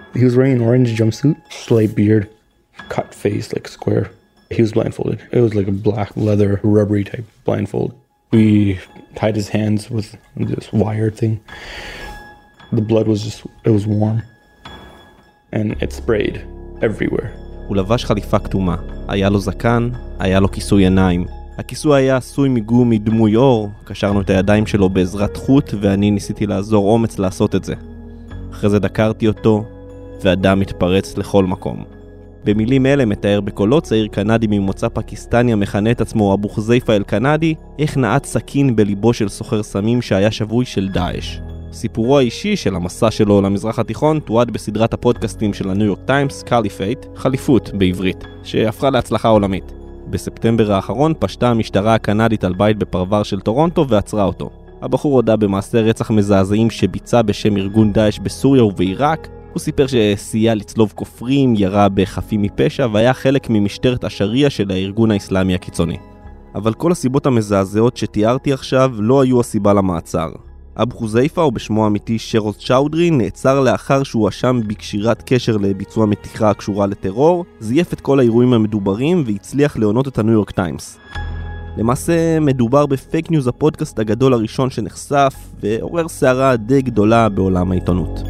He was wearing an orange jumpsuit, slight beard, cut face, like square. He was blindfolded. It was like a black leather, rubbery type blindfold. We tied his hands with this wire thing. The blood was it was warm. And it sprayed everywhere. הוא לבש חליפה כתומה, היה לו זקן, היה לו כיסוי עיניים. הכיסוי היה עשוי מגומי דמוי אור, קשרנו את הידיים שלו בעזרת חוט ואני ניסיתי לעזור אומץ לעשות את זה. אחרי זה דקרתי אותו והדם התפרץ לכל מקום. במילים אלה מתאר בקולו צעיר קנדי ממוצא פקיסטני המכנה את עצמו אבו חוזייפה אל-קנדי, איך נעט סכין בליבו של סוחר סמים שהיה שבוי של דאעש. סיפורו האישי של המסע שלו למזרח התיכון תועד בסדרת הפודקאסטים של הניו יורק טיימס, קליפייט, חליפות בעברית, שהפכה להצלחה עולמית. בספטמבר האחרון פשטה המשטרה הקנדית על בית בפרבר של טורונטו ועצרה אותו. הבחור הודה במעשה רצח מזעזעים שביצע בשם ארגון דאעש בסוריה ובעיראק. הוא סיפר שסייע לצלוב כופרים, ירה בחפים מפשע והיה חלק ממשטרת השריעה של הארגון האסלאמי הקיצוני. אבל כל הסיבות המזעזעות שתיארתי עכשיו לא היו הסיבה למעצר. אבו חוזייפה, או בשמו האמיתי שרוז צ'אודרי, נעצר לאחר שהוא הואשם בקשירת קשר לביצוע מתיחה הקשורה לטרור, זייף את כל האירועים המדוברים והצליח להונות את הניו יורק טיימס. למעשה מדובר בפייק ניוז, הפודקאסט הגדול הראשון שנחשף ועורר סערה די גדולה בעולם העיתונות.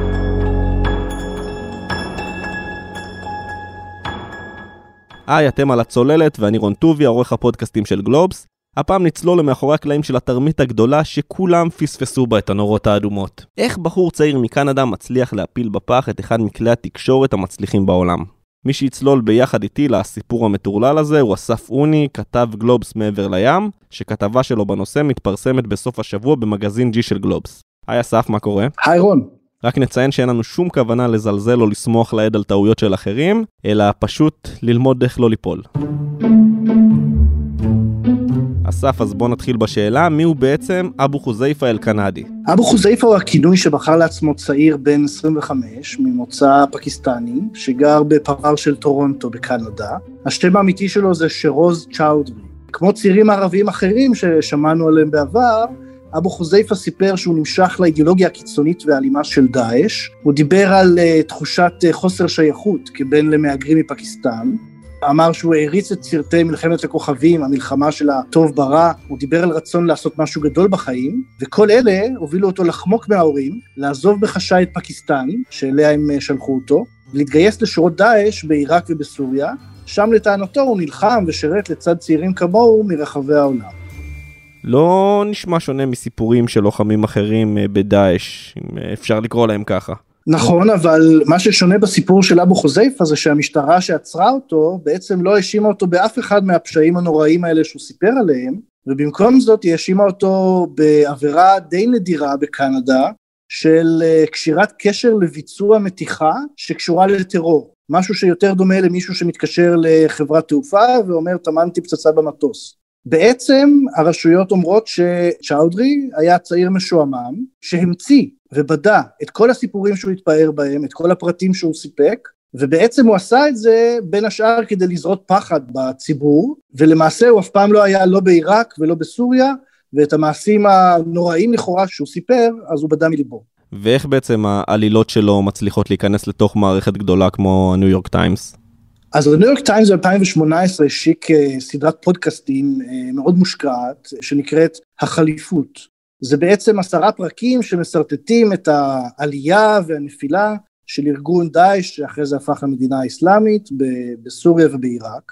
היי, אתם על הצוללת ואני רון טובי, עורך הפודקאסטים של גלובס. הפעם נצלול למאחורי הקלעים של התרמית הגדולה שכולם פספסו בה את הנורות האדומות. איך בחור צעיר מקנדה מצליח להפיל בפח את אחד מכלי התקשורת המצליחים בעולם? מי שיצלול ביחד איתי לסיפור המטורלל הזה הוא אסף אוני, כתב גלובס מעבר לים, שכתבה שלו בנושא מתפרסמת בסוף השבוע במגזין G של גלובס. היי אסף, מה קורה? היי רון. רק נציין שאין לנו שום כוונה לזלזל או לסמוך לעד על טעויות של אחרים, אלא פשוט ללמוד איך לא ליפול. אסף, אז בוא נתחיל בשאלה, מי הוא בעצם אבו חוזייפה אל-קנדי? אבו חוזייפה הוא הכינוי שבחר לעצמו צעיר בן 25, ממוצא פקיסטני, שגר בפרבר של טורונטו בקנדה. השם האמיתי שלו זה שרוז צ'אודרי. כמו צעירים ערבים אחרים ששמענו עליהם בעבר, אבו חוזייפה סיפר שהוא נמשך לאידיאולוגיה הקיצונית והאלימה של דאעש. הוא דיבר על תחושת חוסר שייכות כבן למהגרים מפקיסטן. אמר שהוא העריץ את סרטי מלחמת הכוכבים, המלחמה של הטוב ברע. הוא דיבר על רצון לעשות משהו גדול בחיים, וכל אלה הובילו אותו לחמוק מההורים, לעזוב בחשאי את פקיסטן, שאליה הם שלחו אותו, ולהתגייס לשורות דאעש בעיראק ובסוריה. שם לטענתו הוא נלחם ושרת לצד צעירים כמוהו מרחבי העולם. לא נשמע שונה מסיפורים של לוחמים אחרים בדאעש, אם אפשר לקרוא להם ככה. נכון, אבל מה ששונה בסיפור של אבו חוזייפה זה שהמשטרה שעצרה אותו בעצם לא האשימה אותו באף אחד מהפשעים הנוראים האלה שהוא סיפר עליהם, ובמקום זאת היא האשימה אותו בעבירה די נדירה בקנדה של קשירת קשר לביצוע מתיחה שקשורה לטרור, משהו שיותר דומה למישהו שמתקשר לחברת תעופה ואומר תמנתי פצצה במטוס. בעצם הרשויות אומרות שצ'אודרי היה צעיר משועמם שהמציא ובדע את כל הסיפורים שהוא התפאר בהם, את כל הפרטים שהוא סיפק, ובעצם הוא עשה את זה בין השאר כדי לזרות פחד בציבור, ולמעשה הוא אף פעם לא היה לא בעיראק ולא בסוריה, ואת המעשים הנוראים לכאורה שהוא סיפר, אז הוא בדע מליבו. ואיך בעצם העלילות שלו מצליחות להיכנס לתוך מערכת גדולה כמו הניו יורק טיימס? אז הניו יורק טיימס ב-2018 השיק סדרת פודקאסטים מאוד מושקעת, שנקראת החליפות. זה בעצם 10 פרקים שמסרטטים את העלייה והנפילה של ארגון דאעש, שאחרי זה הפך למדינה האסלאמית בסוריה ובעיראק,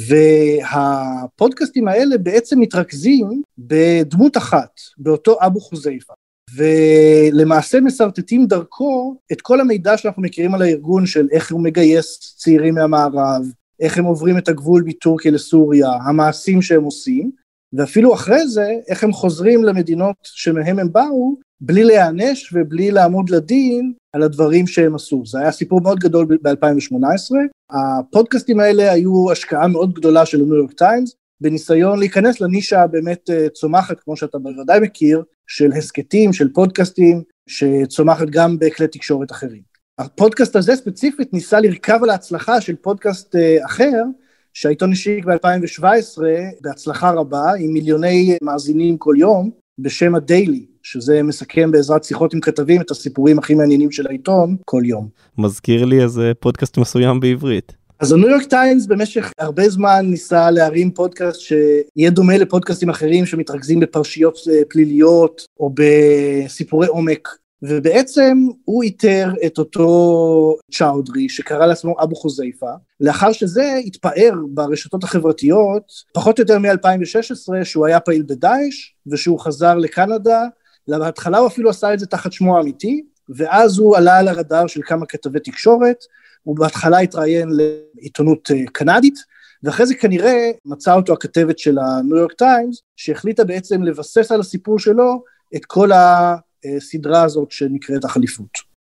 והפודקאסטים האלה בעצם מתרכזים בדמות אחת, באותו אבו חוזייפה, ולמעשה מסרטטים דרכו את כל המידע שאנחנו מכירים על הארגון של איך הוא מגייס צעירים מהמערב, איך הם עוברים את הגבול מטורקיה לסוריה, המעשים שהם עושים, ואפילו אחרי זה, איך הם חוזרים למדינות שמהם הם באו, בלי להיענש ובלי לעמוד לדין על הדברים שהם עשו. זה היה סיפור מאוד גדול ב-2018. הפודקאסטים האלה היו השקעה מאוד גדולה של הניו יורק טיימס, בניסיון להיכנס לנישה באמת צומחת, כמו שאתה בוודאי מכיר, של הסקטים, של פודקאסטים, שצומחת גם בכלי תקשורת אחרים. הפודקאסט הזה ספציפית ניסה לרכב על ההצלחה של פודקאסט אחר, שהעיתון השיק ב-2017 בהצלחה רבה, עם מיליוני מאזינים כל יום, בשם הדיילי, שזה מסכם בעזרת שיחות עם כתבים את הסיפורים הכי מעניינים של העיתון כל יום. מזכיר לי איזה פודקאסט מסוים בעברית. אז הניו יורק טיימס במשך הרבה זמן ניסה להרים פודקאסט שיהיה דומה לפודקאסטים אחרים שמתרכזים בפרשיות פליליות או בסיפורי עומק, ובעצם הוא איתר את אותו צ'אודרי שקרא לעצמו אבו חוזייפה, לאחר שזה התפאר ברשתות החברתיות פחות או יותר מ-2016 שהוא היה פעיל בדאעש ושהוא חזר לקנדה. בהתחלה הוא אפילו עשה את זה תחת שמו האמיתי, ואז הוא עלה על הרדאר של כמה כתבי תקשורת, הוא בהתחלה התראיין לעיתונות קנדית, ואחרי זה כנראה מצא אותו הכתבת של הניו יורק טיימס, שהחליטה בעצם לבסס על הסיפור שלו את כל הסדרה הזאת שנקראת החליפות.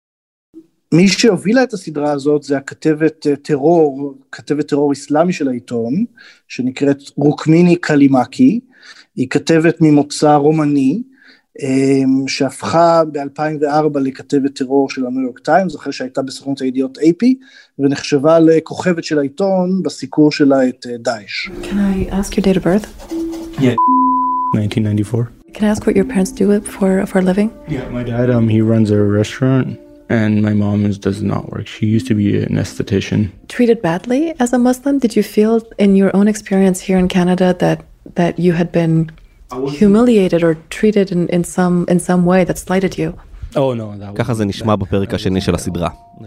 מי שהובילה את הסדרה הזאת זה הכתבת טרור אסלאמי של העיתון, שנקראת רוקמיני קלימקי, היא כתבת ממוצא רומני, שהפכה ב-2004 לכתבת טרור של הניו יורק טיימס, אחרי שהייתה בסוכנות הידיעות AP, ונחשבה לכוכבת של העיתון בסיקור שלה את דאעש. Can I ask your date of birth? Yeah, 1994. Can I ask what your parents do for a living? Yeah, my dad, he runs a restaurant, and my mom does not work. She used to be an esthetician. Treated badly as a Muslim? Did you feel in your own experience here in Canada that you had been humiliated or treated in some way that slighted you? Oh no, that was... ככה זה נשמע בפרק השני של הסדרה.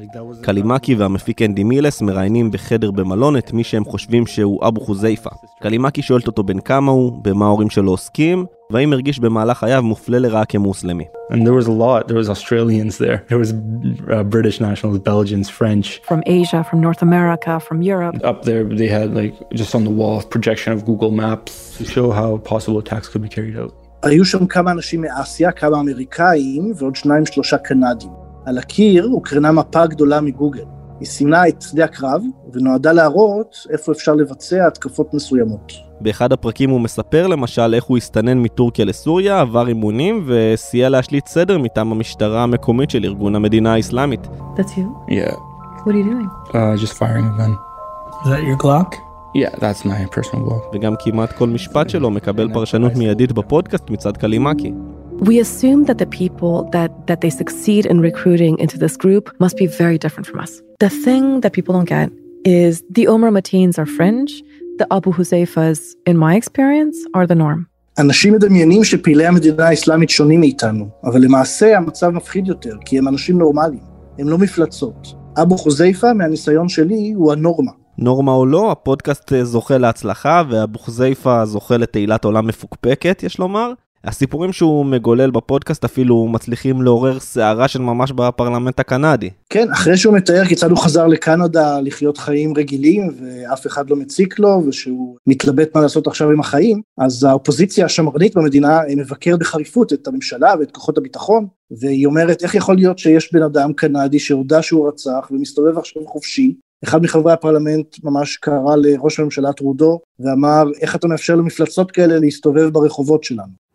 קלימקי והמפיק אנדי מילס מראיינים בחדר במלון את מי שהם חושבים שהוא אבו חוזייפה. קלימקי שואלת אותו בין כמה הוא, במה ההורים שלו עוסקים, והאם הרגיש במהלך חייו מופלה לרעה כמוסלמי. And there was a lot. There was Australians there. There was British nationals, Belgians, French. From Asia, from North America, from Europe. Up there, they had like just on the wall projection of Google Maps to show how possible attacks could be carried out. היו שם כמה אנשים מאסיה, כמה אמריקאים ועוד 2-3 קנדים. על הקיר הוקרנה מפה גדולה מגוגל. היא סימנה את שדה הקרב ונועדה להראות איפה אפשר לבצע התקפות מסוימות. באחד הפרקים הוא מספר למשל איך הוא הסתנן מטורקיה לסוריה, עבר אימונים וסייע להשליט סדר מטעם המשטרה המקומית של ארגון המדינה האסלאמית. That's you? Yeah. What are you doing? Just firing a gun. Is that your Glock? Yeah, that's my personal goal. וגם כמעט כל משפט שלו מקבל פרשנות מיידית בפודקאסט מצד קלימקי. We assume that the people that they succeed in recruiting into this group must be very different from us. The thing that people don't get is the Omar Mateens are fringe, the Abu Huzaifas, in my experience, are the norm. אנשים מדמיינים שפעילי המדינה האסלאמית שונים מאיתנו, אבל למעשה המצב מפחיד יותר, כי הם אנשים נורמליים, הם לא מפלצות. אבו חוזייפה, מהניסיון שלי, הוא הנורמה. נורמה או לא, הפודקאסט זוכה להצלחה, ואבו חוזייפה זוכה לתהילת עולם מפוקפקת, יש לומר. הסיפורים שהוא מגולל בפודקאסט אפילו מצליחים לעורר שערה של ממש בפרלמנט הקנדי. כן, אחרי שהוא מתאר כיצד הוא חזר לקנדה לחיות חיים רגילים, ואף אחד לא מציק לו, ושהוא מתלבט מה לעשות עכשיו עם החיים, אז האופוזיציה השמרנית במדינה מבקרת בחריפות את הממשלה ואת כוחות הביטחון, והיא אומרת איך יכול להיות שיש בן אדם קנדי שהודע שהוא רצח ומסתובב עכשיו חופשי. אחד מחברי הפרלמנט ממש קרא לראש הממשלה טרודו, ואמר איך אתה מאפשר למפלצות כאלה להסתובב ברחובות שלנו.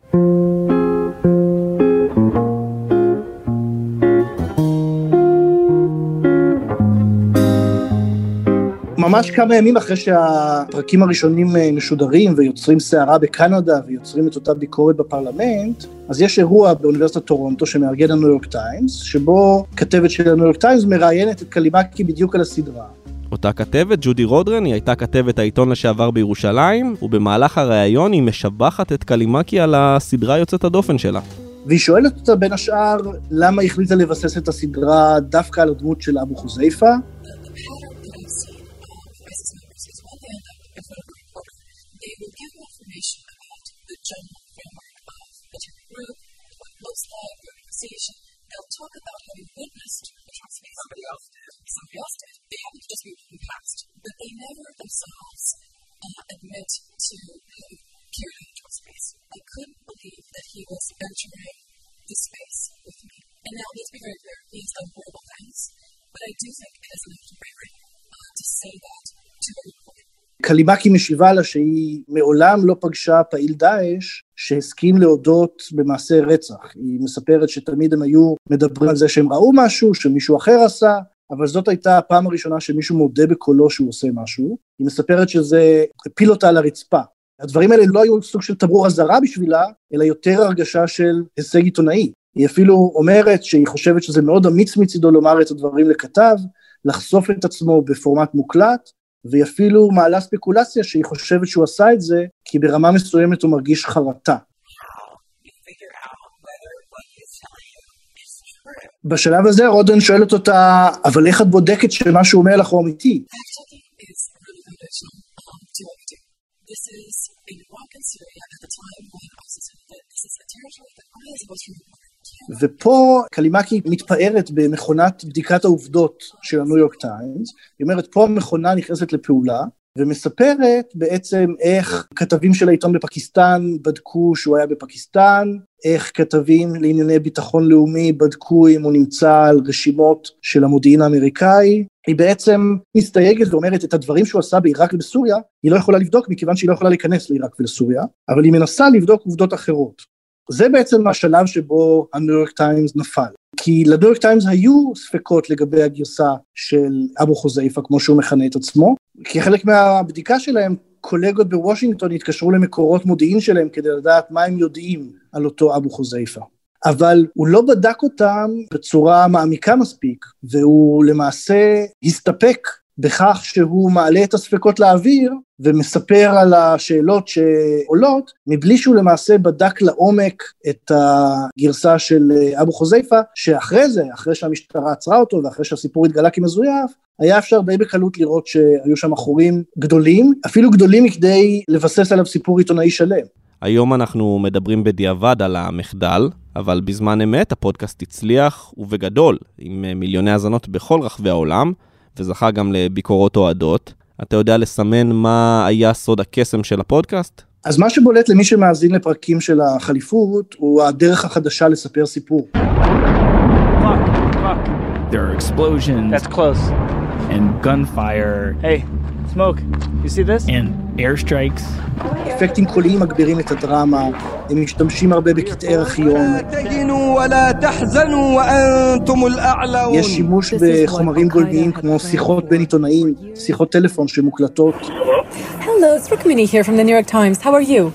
ממש כמה ימים אחרי שהפרקים הראשונים משודרים ויוצרים שערה בקנדה ויוצרים את אותה ביקורת בפרלמנט, אז יש אירוע באוניברסיטת טורונטו שמארגן הניו יורק טיימס, שבו כתבת של הניו יורק טיימס מראיינת את קלימקי בדיוק על הסדרה. אותה כתבת, ג'ודי רודרן, היא הייתה כתבת העיתון לשעבר בירושלים, ובמהלך הראיון היא משבחת את קלימקי על הסדרה יוצאת הדופן שלה. והיא שואלת אותה בין השאר, למה היא החליטה לבסס את הסדרה דווקא על הדמות של אבו חוזייפה? They'll talk about having witnessed the transformation. Somebody else did. They haven't just been past, but they never themselves admit to having peered into the space. I couldn't believe that he was entering the space with me. And now, let's be very clear, he has done horrible things, but I do think it is an act of bravery to say that to everyone. קלימקי משיבה לה שהיא מעולם לא פגשה פעיל דאעש שהסכים להודות במעשה רצח. היא מספרת שתמיד הם היו מדברים על זה שהם ראו משהו, שמישהו אחר עשה, אבל זאת הייתה הפעם הראשונה שמישהו מודה בקולו שהוא עושה משהו. היא מספרת שזה הפיל אותה על הרצפה. הדברים האלה לא היו סוג של תמרור אזהרה בשבילה, אלא יותר הרגשה של הישג עיתונאי. היא אפילו אומרת שהיא חושבת שזה מאוד אמיץ מצידו לומר את הדברים לכתב, לחשוף את עצמו בפורמט מוקלט, והיא אפילו מעלה ספקולציה שהיא חושבת שהוא עשה את זה, כי ברמה מסוימת הוא מרגיש חרטה. בשלב הזה רודן שואלת אותה, אבל איך את בודקת שמה שהוא אומר לך הוא אמיתי? ופה קלימקי מתפארת במכונת בדיקת העובדות של הניו יורק טיימס, היא אומרת פה המכונה נכנסת לפעולה, ומספרת בעצם איך כתבים של העיתון בפקיסטן בדקו שהוא היה בפקיסטן, איך כתבים לענייני ביטחון לאומי בדקו אם הוא נמצא על רשימות של המודיעין האמריקאי, היא בעצם מסתייגת ואומרת את הדברים שהוא עשה בעיראק ובסוריה, היא לא יכולה לבדוק מכיוון שהיא לא יכולה להיכנס לעיראק ולסוריה, אבל היא מנסה לבדוק עובדות אחרות. זה בעצם השלב שבו הניו יורק טיימס נפל, כי לניו יורק טיימס היו ספקות לגבי הגרסה של אבו חוזייפה, כמו שהוא מכנה את עצמו, כי חלק מהבדיקה שלהם, קולגות בוושינגטון התקשרו למקורות מודיעין שלהם, כדי לדעת מה הם יודעים על אותו אבו חוזייפה. אבל הוא לא בדק אותם בצורה מעמיקה מספיק, והוא למעשה הסתפק בכך שהוא מעלה את הספקות לאוויר, ומספר על השאלות שעולות, מבלי שהוא למעשה בדק לעומק את הגרסה של אבו חוזייפה, שאחרי זה, אחרי שהמשטרה עצרה אותו, ואחרי שהסיפור התגלה כמזויף, היה אפשר די בקלות לראות שהיו שם אחורים גדולים, אפילו גדולים מכדי לבסס עליו סיפור עיתונאי שלם. היום אנחנו מדברים בדיעבד על המחדל, אבל בזמן אמת הפודקאסט הצליח ובגדול, עם מיליוני האזנות בכל רחבי העולם, וזכה גם לביקורות אוהדות. אתה יודע לסמן מה היה סוד הקסם של הפודקאסט? אז מה שבולט למי שמאזין לפרקים של החליפות, הוא הדרך החדשה לספר סיפור. There are explosions. That's close. And gunfire. Hey, smoke. You see this? And airstrikes. אפקטים קוליים מגבירים את הדרמה, הם משתמשים הרבה בקטעי ארכיון. יש שימוש בחומרים גולמיים כמו שיחות בין עיתונאים, שיחות טלפון שמוקלטות. Hello, it's Rukmini here from the New York Times. How are you?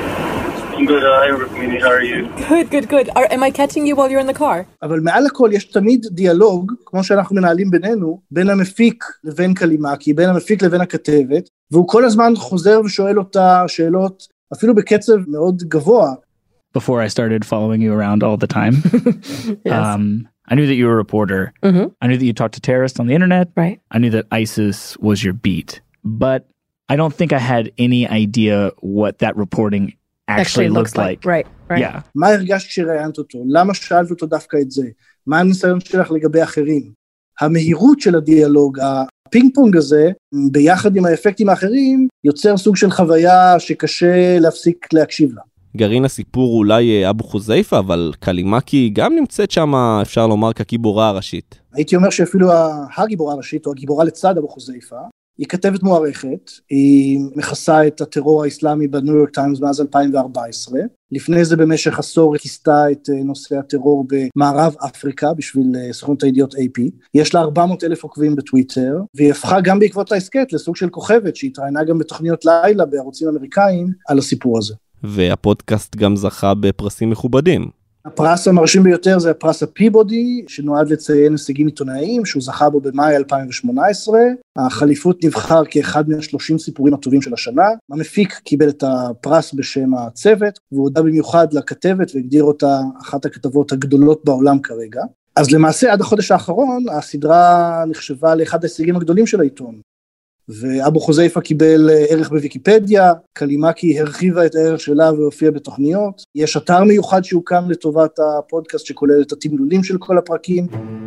I'm good. Hi, Rukmini. How are you? Good. Am I catching you while you're in the car? אבל מעל הכל יש תמיד דיאלוג, כמו שאנחנו מנהלים בינינו, בין המפיק לבין קלימקי, בין המפיק לבין הכתבת, והוא כל הזמן חוזר ושואל אותה שאלות, אפילו בקצב מאוד גבוה. Before I started following you around all the time, Yes. I knew that you were a reporter. Mm-hmm. I knew that you talked to terrorists on the internet. Right. I knew that ISIS was your beat. But I don't think I had any idea what that reporting actually looked like. Right. Yeah. מה הרגשת כשראיינת אותו? למה שאלת אותו דווקא את זה? מה הניסיון שלך לגבי אחרים? המהירות של הדיאלוג, הפינג פונג הזה, ביחד עם האפקטים האחרים, יוצר סוג של חוויה שקשה להפסיק להקשיב לה. גרעין הסיפור אולי אבו חוזייפה, אבל קלימקי גם נמצאת שם, אפשר לומר, כגיבורה הראשית. הייתי אומר שאפילו הגיבורה הראשית, או הגיבורה לצד אבו חוזייפה, היא כתבת מוערכת, היא מכסה את הטרור האסלאמי בניו יורק טיימס מאז 2014, לפני זה במשך עשור כיסתה את נושא הטרור במערב אפריקה בשביל סוכנות הידיעות AP, יש לה 400,000 עוקבים בטוויטר, והיא הפכה גם בעקבות העסקת לסוג של כוכבת, שהתראיינה גם בתוכניות לילה בערוצים אמריקאים על הסיפור הזה. והפודקאסט גם זכה בפרסים מכובדים. הפרס המרשים ביותר זה הפרס הפיבודי, שנועד לציין הישגים עיתונאיים, שהוא זכה בו במאי 2018. החליפות נבחר כאחד מה-30 סיפורים הטובים של השנה. המפיק קיבל את הפרס בשם הצוות, והוא הודה במיוחד לכתבת והגדיר אותה אחת הכתבות הגדולות בעולם כרגע. אז למעשה עד החודש האחרון, הסדרה נחשבה לאחד ההישגים הגדולים של העיתון. ואבו חוזייפה קיבל ערך בוויקיפדיה, קלימקי הרחיבה את הערך שלה והופיע בתוכניות, יש אתר מיוחד שהוקם לטובת הפודקאסט שכולל את התמלולים של כל הפרקים.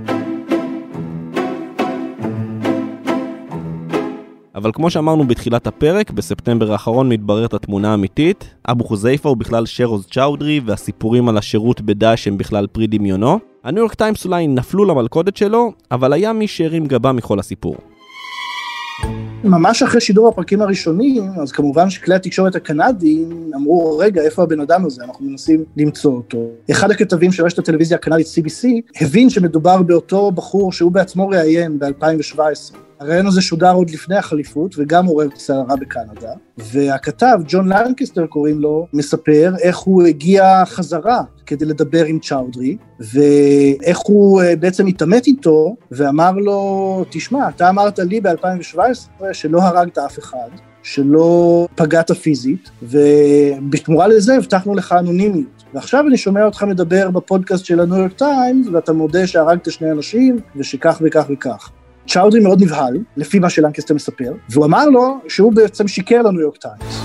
אבל כמו שאמרנו בתחילת הפרק, בספטמבר האחרון מתבררת התמונה האמיתית, אבו חוזייפה הוא בכלל שרוז צ'אודרי, והסיפורים על השירות בדאעש הם בכלל פרי דמיונו. הניו יורק טיימס אולי נפלו למלכודת שלו, אבל היה מי שהרים גבה מכל הסיפור. ממש אחרי שידור הפרקים הראשונים, אז כמובן שכלי התקשורת הקנדיים אמרו, רגע, איפה הבן אדם הזה? אנחנו מנסים למצוא אותו. אחד הכתבים של רשת הטלוויזיה הקנדית CBC, הבין שמדובר באותו בחור שהוא בעצמו ראיין ב-2017. הרעיון הזה שודר עוד לפני החליפות, וגם עורר סערה בקנדה, והכתב, ג'ון לנקסטר קוראים לו, מספר איך הוא הגיע חזרה כדי לדבר עם צ'אודרי, ואיך הוא בעצם התאמת איתו, ואמר לו, תשמע, אתה אמרת לי ב-2017 שלא הרגת אף אחד, שלא פגעת פיזית, ובתמורה לזה הבטחנו לך אנונימיות. ועכשיו אני שומע אותך מדבר בפודקאסט של הניו יורק טיימס, ואתה מודה שהרגת 2 אנשים, ושכך וכך וכך. צ'אודרי מאוד נבהל, לפי מה שלנקסטר מספר, והוא אמר לו שהוא בעצם שיקר לניו יורק טיימס.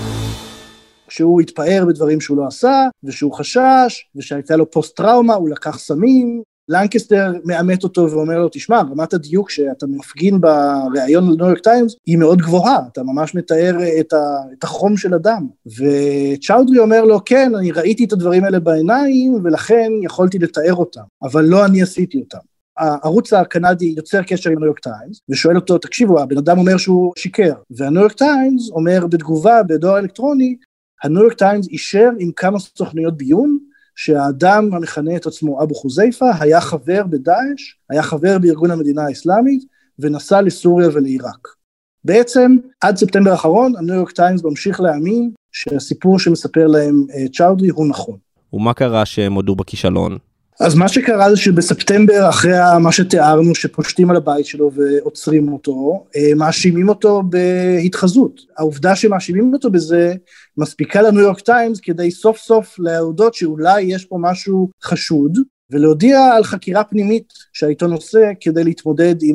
שהוא התפאר בדברים שהוא לא עשה, ושהוא חשש, ושהייתה לו פוסט-טראומה, הוא לקח סמים. לנקסטר מאמת אותו ואומר לו, תשמע, רמת הדיוק שאתה מפגין בראיון לניו יורק טיימס, היא מאוד גבוהה, אתה ממש מתאר את החום של אדם. וצ'אודרי אומר לו, כן, אני ראיתי את הדברים האלה בעיניים, ולכן יכולתי לתאר אותם, אבל לא אני עשיתי אותם. הערוץ הקנדי יוצר קשר עם הניו יורק טיימס, ושואל אותו, תקשיבו, הבן אדם אומר שהוא שיקר, והניו יורק טיימס אומר בתגובה בדואר אלקטרוני, הניו יורק טיימס אישר עם כמה סוכנויות ביון, שהאדם המכנה את עצמו אבו חוזייפה, היה חבר בדאעש, היה חבר בארגון המדינה האסלאמית, ונסע לסוריה ולעיראק. בעצם, עד ספטמבר האחרון, הניו יורק טיימס ממשיך להאמין, שהסיפור שמספר להם צ'אודרי הוא נכון. ומה קרה שהם הודו בכישלון? אז מה שקרה זה שבספטמבר, אחרי מה שתיארנו, שפושטים על הבית שלו ועוצרים אותו, מאשימים אותו בהתחזות. העובדה שמאשימים אותו בזה, מספיקה לניו יורק טיימס, כדי סוף סוף להודות שאולי יש פה משהו חשוד, ולהודיע על חקירה פנימית שהעיתון עושה, כדי להתמודד עם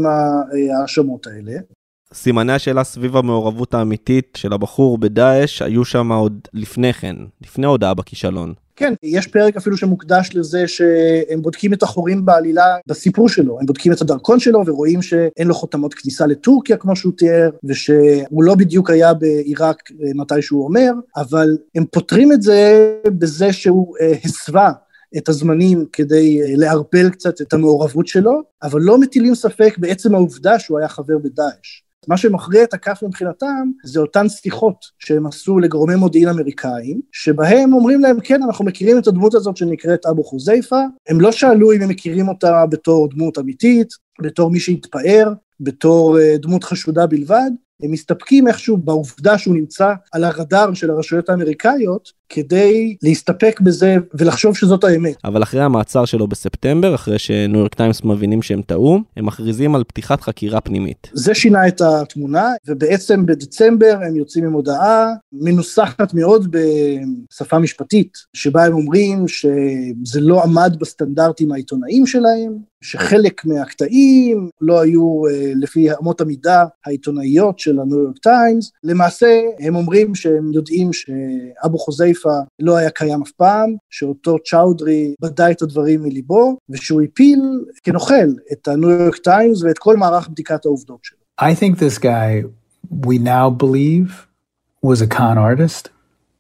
האשמות האלה. סימני השאלה סביב המעורבות האמיתית של הבחור בדאעש, היו שם עוד לפני כן, לפני הודעה בכישלון. כן, יש פרק אפילו שמוקדש לזה שהם בודקים את החורים בעלילה בסיפור שלו, הם בודקים את הדרכון שלו ורואים שאין לו חותמות כניסה לטורקיה כמו שהוא תיאר, ושהוא לא בדיוק היה בעיראק מתי שהוא אומר, אבל הם פותרים את זה בזה שהוא הסווה את הזמנים כדי להרפל קצת את המעורבות שלו, אבל לא מטילים ספק בעצם העובדה שהוא היה חבר בדאעש. מה שמכריע את הכף מבחינתם, זה אותן שיחות שהם עשו לגורמי מודיעין אמריקאים, שבהם אומרים להם, כן, אנחנו מכירים את הדמות הזאת שנקראת אבו חוזייפה, הם לא שאלו אם הם מכירים אותה בתור דמות אמיתית, בתור מי שהתפאר, בתור דמות חשודה בלבד, הם מסתפקים איכשהו בעובדה שהוא נמצא על הרדאר של הרשויות האמריקאיות, כדי להסתפק בזה ולחשוב שזאת האמת. אבל אחרי המעצר שלו בספטמבר, אחרי שניו יורק טיימס מבינים שהם טעו, הם מכריזים על פתיחת חקירה פנימית. זה שינה את התמונה, ובעצם בדצמבר הם יוצאים עם הודעה מנוסחת מאוד בשפה משפטית, שבה הם אומרים שזה לא עמד בסטנדרטים העיתונאיים שלהם, שחלק מהקטעים לא היו לפי אמות המידה העיתונאיות של הניו יורק טיימס. למעשה הם אומרים שהם יודעים שאבו חוזייפה לא היה קיים אף פעם, שאותו צ'אודרי בדע את הדברים מליבו, ושהוא הפיל כנוכל את הניו יורק טיימס ואת כל מערך בדיקת העובדות שלו. I think this guy, we now believe, was a con artist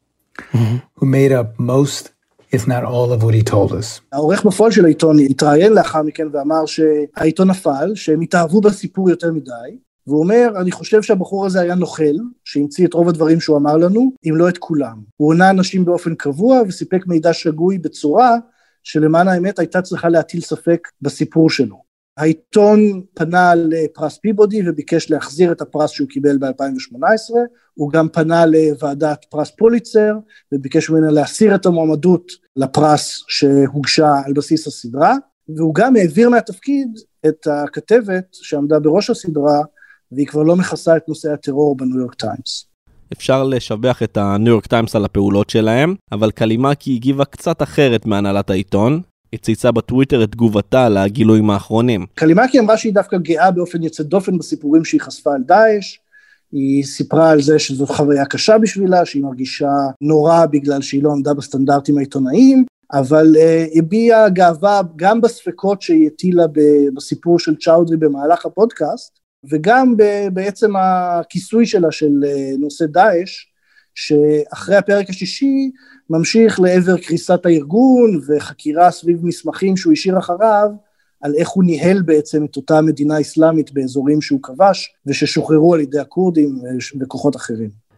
who made up most, if not all of what he told us. העורך בפועל של העיתון התראיין לאחר מכן ואמר שהעיתון נפל, שהם התאהבו בסיפור יותר מדי, והוא אומר, אני חושב שהבחור הזה היה נוכל, שהמציא את רוב הדברים שהוא אמר לנו, אם לא את כולם. הוא עונה אנשים באופן קבוע, וסיפק מידע שגוי בצורה, שלמען האמת הייתה צריכה להטיל ספק בסיפור שלו. העיתון פנה לפרס פיבודי, וביקש להחזיר את הפרס שהוא קיבל ב-2018, הוא גם פנה לוועדת פרס פוליצר, וביקש ממנה להסיר את המועמדות לפרס שהוגשה על בסיס הסדרה, והוא גם העביר מהתפקיד את הכתבת שעמדה בראש הסדרה, והיא כבר לא מכסה את נושא הטרור בניו יורק טיימס. אפשר לשבח את הניו יורק טיימס על הפעולות שלהם, אבל קלימקי הגיבה קצת אחרת מהנהלת העיתון, היא צייצה בטוויטר את תגובתה לגילויים האחרונים. קלימקי אמרה שהיא דווקא גאה באופן יוצא דופן בסיפורים שהיא חשפה על דאעש, היא סיפרה על זה שזאת חוויה קשה בשבילה, שהיא מרגישה נורא בגלל שהיא לא עמדה בסטנדרטים העיתונאיים, אבל הביעה גאווה גם בספקות שהיא הטילה בסיפור של צ'אודרי במהלך הפודקאסט, וגם בעצם הכיסוי שלה של נושא דאעש, שאחרי הפרק השישי ממשיך לעבר קריסת הארגון וחקירה סביב מסמכים שהוא השאיר אחריו, על איך הוא ניהל בעצם את אותה מדינה אסלאמית באזורים שהוא כבש, וששוחררו על ידי הקורדים וכוחות אחרים.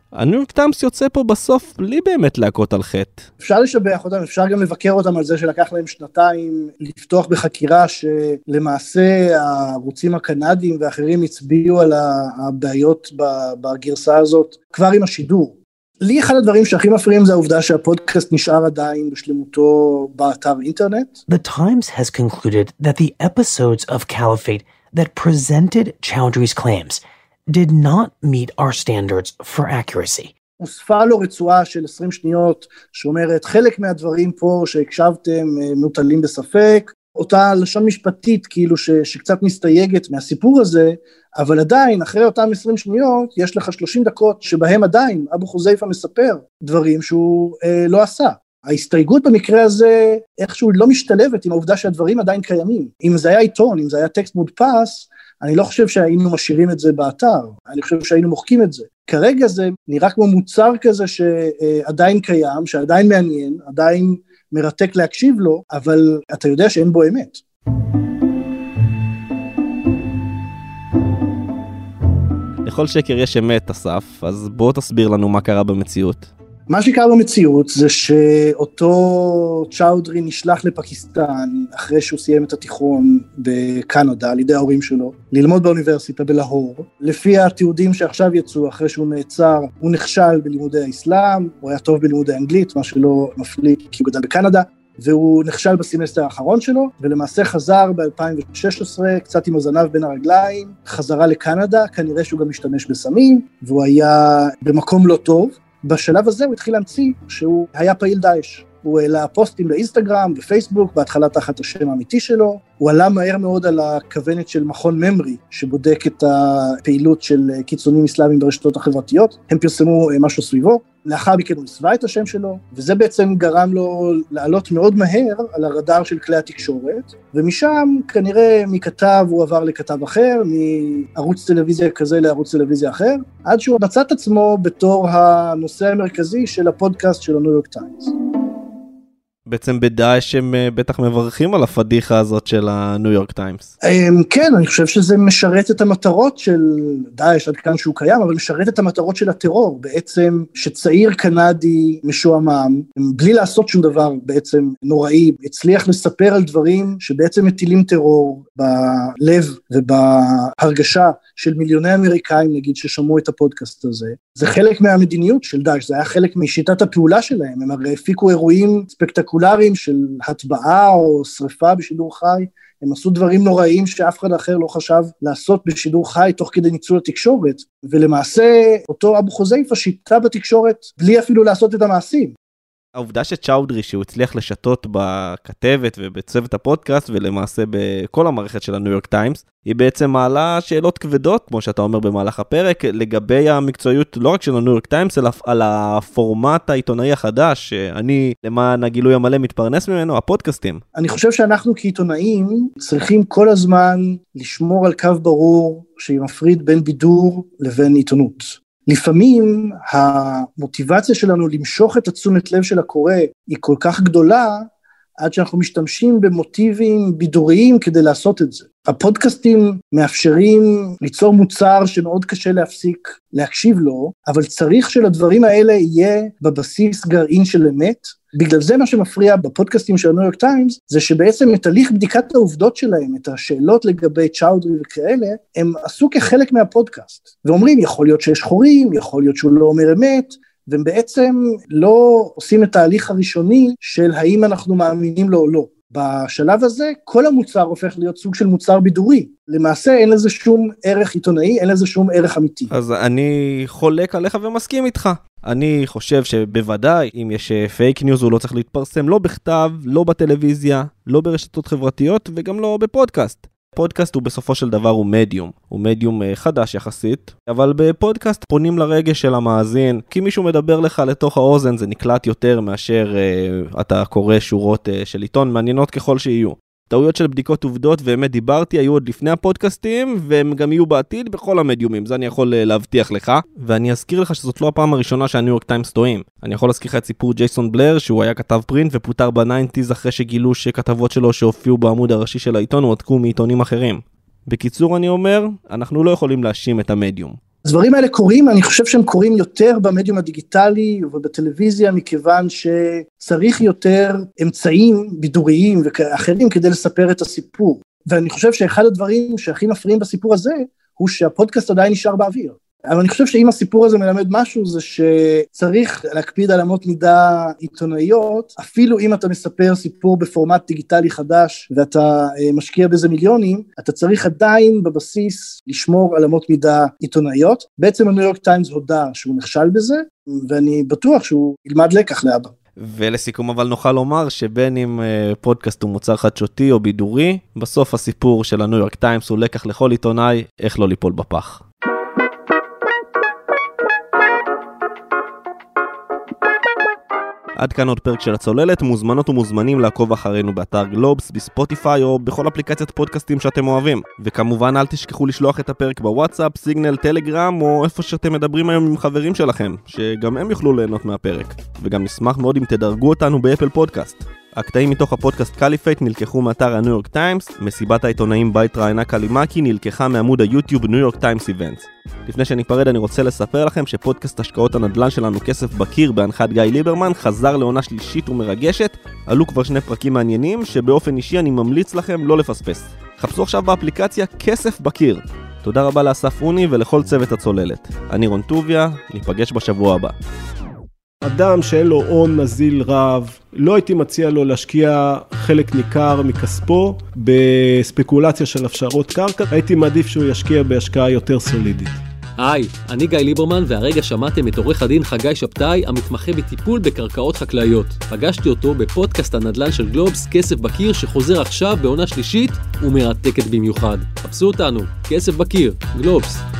הניו יורק טיימס יוצא פה בסוף בלי באמת להכות על חטא. אפשר לשבח אותם, אפשר גם לבקר אותם על זה שלקח להם שנתיים לפתוח בחקירה שלמעשה הערוצים הקנדיים ואחרים הצביעו על הבעיות בגרסה הזאת כבר עם השידור. לי אחד הדברים שהכי מפריעים זה העובדה שהפודקאסט נשאר עדיין בשלמותו באתר אינטרנט. The Times has concluded that the episodes of Caliphate that presented Chowdhury's claims did not meet our standards for accuracy. הוספה לו רצועה של 20 שניות שאומרת חלק מהדברים פה שהקשבתם מוטלים בספק, אותה לשון משפטית כאילו שקצת מסתייגת מהסיפור הזה, אבל עדיין אחרי אותם 20 שניות יש לך 30 דקות שבהם עדיין אבו חוזייפה מספר דברים שהוא לא עשה. ההסתייגות במקרה הזה איכשהו לא משתלבת עם העובדה שהדברים עדיין קיימים. אם זה היה עיתון, אם זה היה טקסט מודפס, אני לא חושב שהיינו משאירים את זה באתר, אני חושב שהיינו מוחקים את זה. כרגע זה נראה כמו מוצר כזה שעדיין קיים, שעדיין מעניין, עדיין מרתק להקשיב לו, אבל אתה יודע שאין בו אמת. לכל שקר יש אמת, אסף, אז בוא תסביר לנו מה קרה במציאות. מה שקרה במציאות זה שאותו צ'אודרי נשלח לפקיסטן אחרי שהוא סיים את התיכון בקנדה על ידי ההורים שלו, ללמוד באוניברסיטה בלהור. לפי התיעודים שעכשיו יצאו אחרי שהוא נעצר, הוא נכשל בלימודי האסלאם, הוא היה טוב בלימודי האנגלית, מה שלא מפליא כי הוא גדל בקנדה, והוא נכשל בסמסטר האחרון שלו, ולמעשה חזר ב-2016, קצת עם הזנב בין הרגליים, חזרה לקנדה, כנראה שהוא גם משתמש בסמים, והוא היה במקום לא טוב. בשלב הזה הוא התחיל להמציא שהוא היה פעיל דאעש. הוא העלה פוסטים באינסטגרם, בפייסבוק, בהתחלה תחת השם האמיתי שלו. הוא עלה מהר מאוד על הכוונת של מכון ממרי, שבודק את הפעילות של קיצונים אסלאמיים ברשתות החברתיות. הם פרסמו משהו סביבו. לאחר מכן הוא הסווה את השם שלו, וזה בעצם גרם לו לעלות מאוד מהר על הרדאר של כלי התקשורת, ומשם כנראה מכתב הוא עבר לכתב אחר, מערוץ טלוויזיה כזה לערוץ טלוויזיה אחר, עד שהוא מצא את עצמו בתור הנושא המרכזי של הפודקאסט של הניו יורק טיימס. בעצם בדאעש הם בטח מברכים על הפדיחה הזאת של הניו יורק טיימס. כן, אני חושב שזה משרת את המטרות של דאעש עד כאן שהוא קיים, אבל משרת את המטרות של הטרור, בעצם שצעיר קנדי משועמם, בלי לעשות שום דבר בעצם נוראי, הצליח לספר על דברים שבעצם מטילים טרור בלב ובהרגשה של מיליוני אמריקאים, נגיד, ששמעו את הפודקאסט הזה. זה חלק מהמדיניות של דאעש, זה היה חלק משיטת הפעולה שלהם, הם הרי הפיקו אירועים ספקטקולריים של הטבעה או שריפה בשידור חי, הם עשו דברים נוראים שאף אחד אחר לא חשב לעשות בשידור חי תוך כדי ניצול התקשורת, ולמעשה אותו אבו חוזייפה שיטה בתקשורת בלי אפילו לעשות את המעשים. העובדה שצ'אודרי שהוא הצליח לשתות בכתבת ובצוות הפודקאסט ולמעשה בכל המערכת של הניו יורק טיימס, היא בעצם מעלה שאלות כבדות, כמו שאתה אומר במהלך הפרק, לגבי המקצועיות לא רק של הניו יורק טיימס, אלא על הפורמט העיתונאי החדש, שאני למען הגילוי המלא מתפרנס ממנו, הפודקאסטים. אני חושב שאנחנו כעיתונאים צריכים כל הזמן לשמור על קו ברור שמפריד בין בידור לבין עיתונות. לפעמים המוטיבציה שלנו למשוך את התשומת לב של הקורא היא כל כך גדולה, עד שאנחנו משתמשים במוטיבים בידוריים כדי לעשות את זה. הפודקאסטים מאפשרים ליצור מוצר שמאוד קשה להפסיק להקשיב לו, אבל צריך שלדברים האלה יהיה בבסיס גרעין של אמת. בגלל זה מה שמפריע בפודקאסטים של הניו יורק טיימס, זה שבעצם את תהליך בדיקת העובדות שלהם, את השאלות לגבי צ'אודרי וכאלה, הם עשו כחלק מהפודקאסט. ואומרים, יכול להיות שיש חורים, יכול להיות שהוא לא אומר אמת, והם בעצם לא עושים את ההליך הראשוני של האם אנחנו מאמינים לו או לא. בשלב הזה, כל המוצר הופך להיות סוג של מוצר בידורי. למעשה אין לזה שום ערך עיתונאי, אין לזה שום ערך אמיתי. אז אני חולק עליך ומסכים איתך. אני חושב שבוודאי, אם יש פייק ניוז, הוא לא צריך להתפרסם לא בכתב, לא בטלוויזיה, לא ברשתות חברתיות, וגם לא בפודקאסט. פודקאסט הוא בסופו של דבר הוא מדיום חדש יחסית, אבל בפודקאסט פונים לרגש של המאזין, כי מישהו מדבר לך לתוך האוזן, זה נקלט יותר מאשר אתה קורא שורות של עיתון, מעניינות ככל שיהיו. טעויות של בדיקות עובדות, באמת דיברתי, היו עוד לפני הפודקאסטים, והם גם יהיו בעתיד בכל המדיומים, זה אני יכול להבטיח לך, ואני אזכיר לך שזאת לא הפעם הראשונה שהניו יורק טיימס טועים. אני יכול להזכיר לך את סיפור ג'ייסון בלר, שהוא היה כתב פרינט ופוטר ב-90s אחרי שגילו שכתבות שלו שהופיעו בעמוד הראשי של העיתון, הועתקו מעיתונים אחרים. בקיצור אני אומר, אנחנו לא יכולים להאשים את המדיום. הדברים האלה קורים, אני חושב שהם קורים יותר במדיום הדיגיטלי ובטלוויזיה, מכיוון שצריך יותר אמצעים בידוריים ואחרים כדי לספר את הסיפור. ואני חושב שאחד הדברים שהכי מפריעים בסיפור הזה, הוא שהפודקאסט עדיין נשאר באוויר. אבל אני חושב שאם הסיפור הזה מלמד משהו, זה שצריך להקפיד על אמות מידה עיתונאיות, אפילו אם אתה מספר סיפור בפורמט דיגיטלי חדש, ואתה משקיע בזה מיליונים, אתה צריך עדיין בבסיס לשמור על אמות מידה עיתונאיות. בעצם הניו יורק טיימס הודע שהוא נכשל בזה, ואני בטוח שהוא ילמד לקח לאבא. ולסיכום אבל נוכל לומר שבין אם פודקאסט הוא מוצר חדשותי או בידורי, בסוף הסיפור של הניו יורק טיימס הוא לקח לכל עיתונאי איך לא ליפול בפח. עד כאן עוד פרק של הצוללת, מוזמנות ומוזמנים לעקוב אחרינו באתר גלובס, בספוטיפיי או בכל אפליקציית פודקאסטים שאתם אוהבים. וכמובן אל תשכחו לשלוח את הפרק בוואטסאפ, סיגנל, טלגרם או איפה שאתם מדברים היום עם חברים שלכם, שגם הם יוכלו ליהנות מהפרק. וגם נשמח מאוד אם תדרגו אותנו באפל פודקאסט. הקטעים מתוך הפודקאסט קליפייט נלקחו מאתר הניו יורק טיימס, מסיבת העיתונאים בית ראיינה קלימקי נלקחה מעמוד היוטיוב ניו יורק טיימס איבנטס. לפני שניפרד אני רוצה לספר לכם שפודקאסט השקעות הנדל"ן שלנו כסף בקיר בהנחת גיא ליברמן חזר לעונה שלישית ומרגשת. עלו כבר 2 פרקים מעניינים שבאופן אישי אני ממליץ לכם לא לפספס. חפשו עכשיו באפליקציה כסף בקיר. תודה רבה לאסף אוני ולכל צוות הצוללת. אני רון טוביה, ניפגש בשבוע הבא. אדם שאין לו הון נזיל רב, לא הייתי מציע לו להשקיע חלק ניכר מכספו בספקולציה של הפשרות קרקע, הייתי מעדיף שהוא ישקיע בהשקעה יותר סולידית. היי, אני גיא ליברמן והרגע שמעתם את עורך הדין חגי שבתאי המתמחה בטיפול בקרקעות חקלאיות. פגשתי אותו בפודקאסט הנדל"ן של גלובס כסף בקיר שחוזר עכשיו בעונה שלישית ומרתקת במיוחד. חפשו אותנו, כסף בקיר, גלובס.